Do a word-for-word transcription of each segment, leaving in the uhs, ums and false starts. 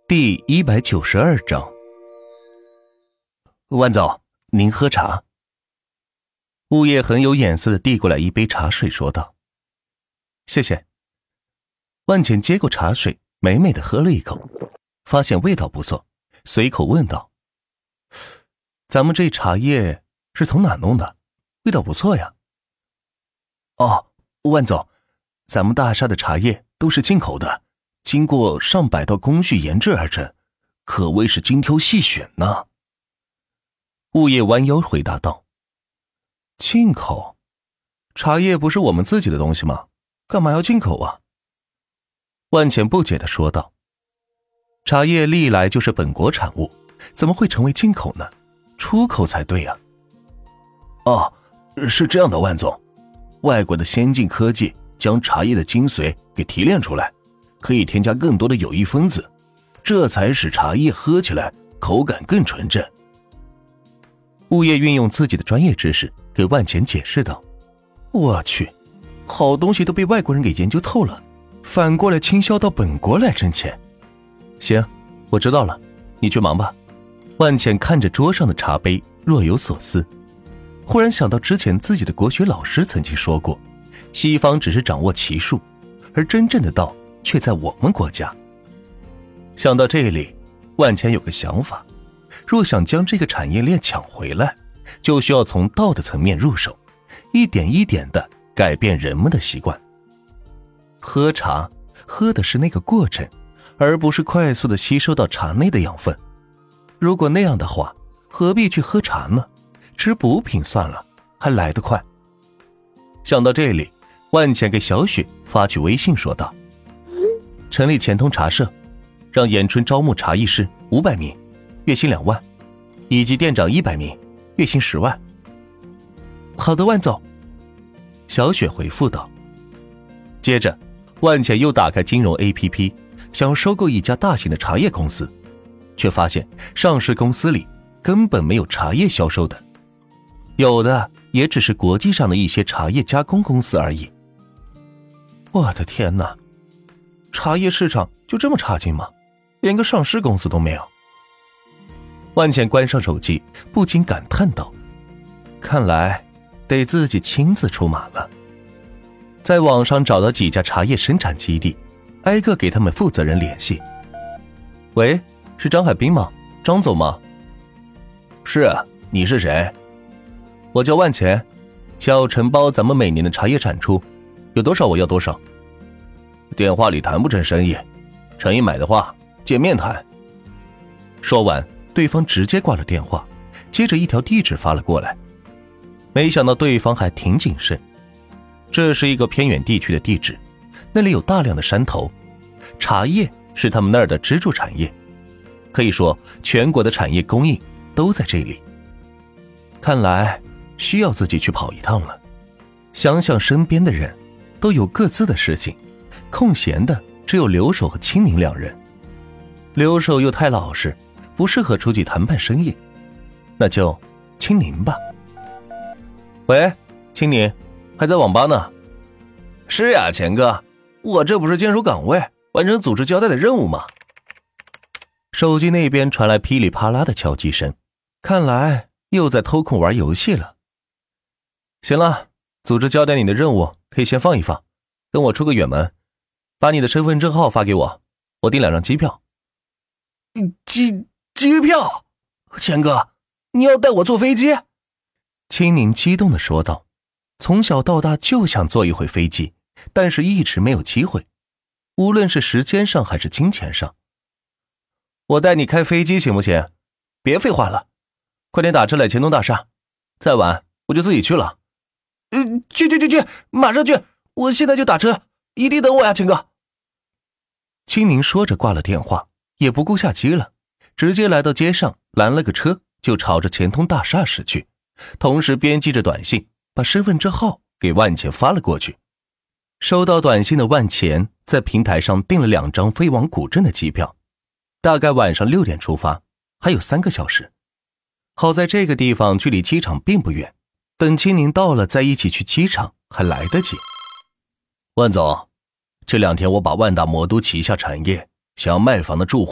第一百九十二章。万总，您喝茶。物业很有眼色地递过来一杯茶水说道。谢谢。万茜接过茶水，美美地喝了一口，发现味道不错，随口问道：咱们这茶叶是从哪弄的？味道不错呀。哦，万总，咱们大厦的茶叶都是进口的，经过上百道工序研制而成，可谓是精挑细选呢。物业弯腰回答道。进口？茶叶不是我们自己的东西吗？干嘛要进口啊？万茜不解地说道。茶叶历来就是本国产物，怎么会成为进口呢？出口才对啊。哦，是这样的，万总，外国的先进科技将茶叶的精髓给提炼出来，可以添加更多的有益分子，这才使茶叶喝起来口感更纯正。物业运用自己的专业知识给万茜解释道。我去，好东西都被外国人给研究透了，反过来倾销到本国来挣钱。行，我知道了，你去忙吧。万茜看着桌上的茶杯若有所思，忽然想到之前自己的国学老师曾经说过，西方只是掌握奇术，而真正的道却在我们国家。想到这里，万茜有个想法，若想将这个产业链抢回来，就需要从道的层面入手，一点一点地改变人们的习惯。喝茶，喝的是那个过程，而不是快速地吸收到茶内的养分。如果那样的话，何必去喝茶呢？吃补品算了，还来得快。想到这里，万茜给小雪发去微信说道：成立钱通茶社，让延春招募茶艺师五百名，月薪两万，以及店长一百名，月薪十万。好的，万总。小雪回复道。接着，万茜又打开金融 A P P， 想要收购一家大型的茶叶公司，却发现上市公司里根本没有茶叶销售的，有的也只是国际上的一些茶叶加工公司而已。我的天哪，茶叶市场就这么差劲吗？连个上市公司都没有。万茜关上手机，不禁感叹道：看来得自己亲自出马了。在网上找到几家茶叶生产基地，挨个给他们负责人联系。喂，是张海滨吗？张总吗？是啊，你是谁？我叫万钱，想要承包咱们每年的茶叶产出，有多少我要多少。电话里谈不成生意，诚意买的话见面谈。说完，对方直接挂了电话，接着一条地址发了过来。没想到对方还挺谨慎，这是一个偏远地区的地址，那里有大量的山头，茶叶是他们那儿的支柱产业，可以说全国的产业供应都在这里。看来需要自己去跑一趟了。想想身边的人都有各自的事情，空闲的只有刘守和青宁两人。刘守又太老实，不适合出去谈判生意，那就青宁吧。喂，青宁，还在网吧呢？是呀，钱哥，我这不是坚守岗位，完成组织交代的任务吗？手机那边传来噼里啪啦的敲击声，看来又在偷空玩游戏了。行了，组织交代你的任务可以先放一放，跟我出个远门，把你的身份证号发给我，我订两张机票。机机票？钱哥，你要带我坐飞机？青宁激动地说道，从小到大就想坐一回飞机，但是一直没有机会，无论是时间上还是金钱上。我带你开飞机行不行？别废话了，快点打车来钱东大厦，再晚我就自己去了。呃，去去去去，马上去，我现在就打车，一定等我呀，秦哥。青宁说着挂了电话，也不顾下机了，直接来到街上拦了个车，就朝着钱通大厦驶去，同时编辑着短信，把身份证号给万钱发了过去。收到短信的万钱在平台上订了两张飞往古镇的机票，大概晚上六点出发，还有三个小时。好在这个地方距离机场并不远，等青宁到了再一起去机场还来得及。万总，这两天我把万达魔都旗下产业想要卖房的住户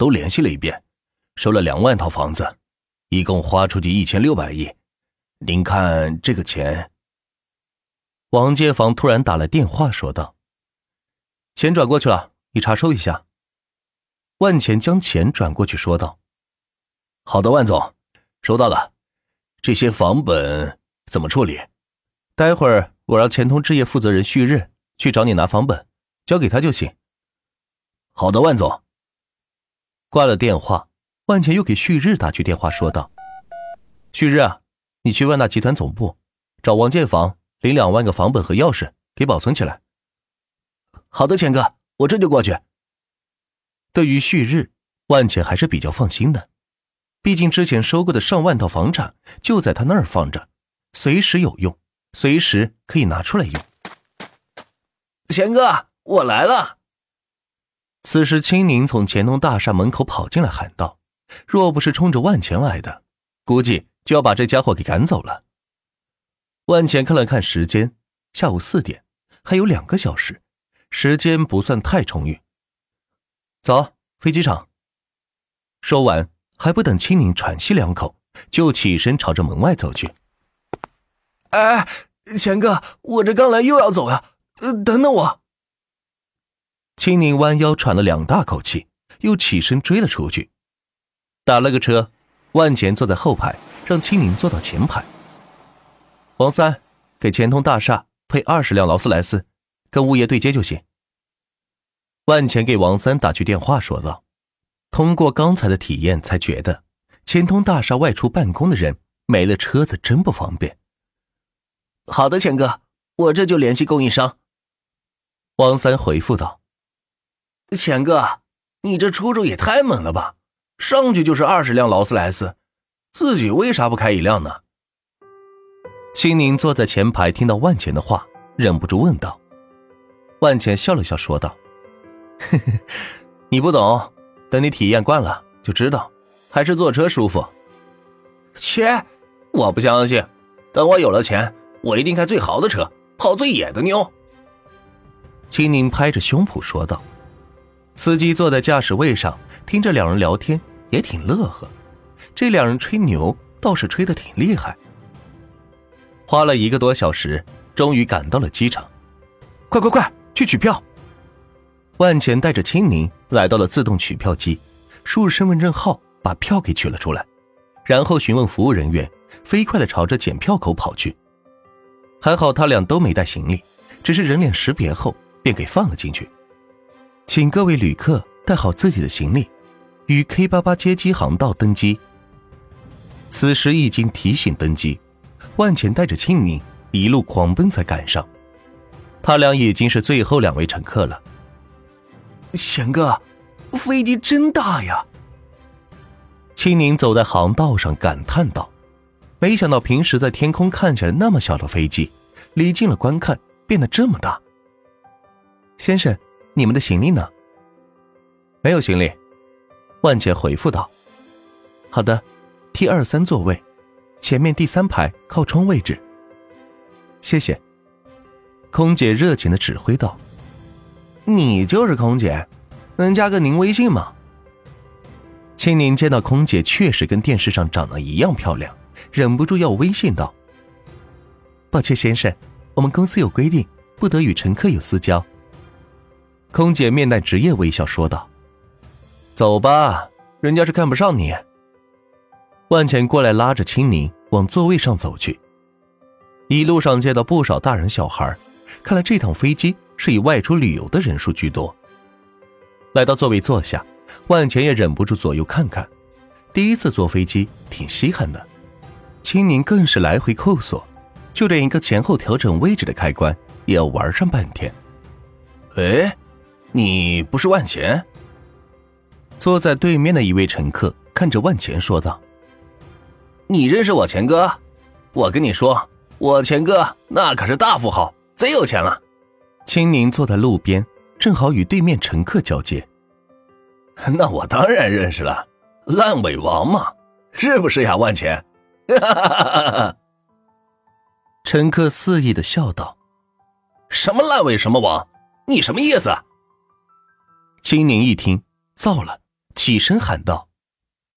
都联系了一遍，收了两万套房子，一共花出去一千六百亿。您看这个钱。王建房突然打了电话说道：钱转过去了，你查收一下。万钱将钱转过去说道：好的，万总，收到了。这些房本怎么处理？待会儿我让钱通置业负责人旭日去找你拿房本，交给他就行。好的，万总。挂了电话，万钱又给旭日打去电话说道：旭日啊，你去万达集团总部找王建房领两万个房本和钥匙给保存起来。好的，钱哥，我这就过去。对于旭日，万钱还是比较放心的，毕竟之前收购的上万套房产就在他那儿放着，随时有用，随时可以拿出来用。钱哥，我来了。此时青宁从钱通大厦门口跑进来喊道，若不是冲着万钱来的，估计就要把这家伙给赶走了。万钱看了看时间，下午四点，还有两个小时，时间不算太充裕。走，飞机场。说完，还不等青宁喘息两口，就起身朝着门外走去。哎，钱哥，我这刚来又要走呀，呃，等等我。青宁弯腰喘了两大口气，又起身追了出去。打了个车，万钱坐在后排，让青宁坐到前排。王三，给钱通大厦配二十辆劳斯莱斯，跟物业对接就行。万钱给王三打去电话说道，通过刚才的体验才觉得钱通大厦外出办公的人没了车子真不方便。好的，钱哥，我这就联系供应商。王三回复道。钱哥，你这出手也太猛了吧，上去就是二十辆劳斯莱斯，自己为啥不开一辆呢？青宁坐在前排听到万钱的话，忍不住问道。万钱笑了笑说道，呵呵，你不懂，等你体验惯了就知道，还是坐车舒服。切，我不相信，等我有了钱，我一定开最豪的车，泡最野的妞。青宁拍着胸脯说道。司机坐在驾驶位上，听着两人聊天也挺乐呵，这两人吹牛倒是吹得挺厉害。花了一个多小时，终于赶到了机场。快快快，去取票！万钱带着青宁来到了自动取票机，输入身份证号把票给取了出来，然后询问服务人员，飞快地朝着检票口跑去。还好他俩都没带行李，只是人脸识别后便给放了进去。请各位旅客带好自己的行李，于 K 八八 接机航道登机。此时已经提醒登机，万钱带着青宁一路狂奔才赶上，他俩已经是最后两位乘客了。钱哥，飞机真大呀！青宁走在航道上感叹道，没想到平时在天空看起来那么小的飞机，离近了观看变得这么大。先生，你们的行李呢？没有行李，万钱回复道。好的， T 二十三 座位，前面第三排靠窗位置。谢谢。空姐热情地指挥道。你就是空姐，能加个您微信吗？青宁见到空姐确实跟电视上长得一样漂亮，忍不住要微信道。抱歉先生，我们公司有规定，不得与乘客有私交。空姐面带职业微笑说道。走吧，人家是看不上你。万钱过来拉着青宁往座位上走去。一路上见到不少大人小孩，看来这趟飞机是以外出旅游的人数居多。来到座位坐下，万钱也忍不住左右看看，第一次坐飞机挺稀罕的。青宁更是来回扣锁，就连一个前后调整位置的开关也要玩上半天。诶，你不是万钱？坐在对面的一位乘客看着万钱说道。你认识我钱哥？我跟你说，我钱哥那可是大富豪，贼有钱了。青宁坐在路边，正好与对面乘客交接。那我当然认识了，烂尾王嘛，是不是呀，万钱？乘客肆意地笑道。什么烂尾什么王？你什么意思？青宁一听，糟了， 起身喊道：“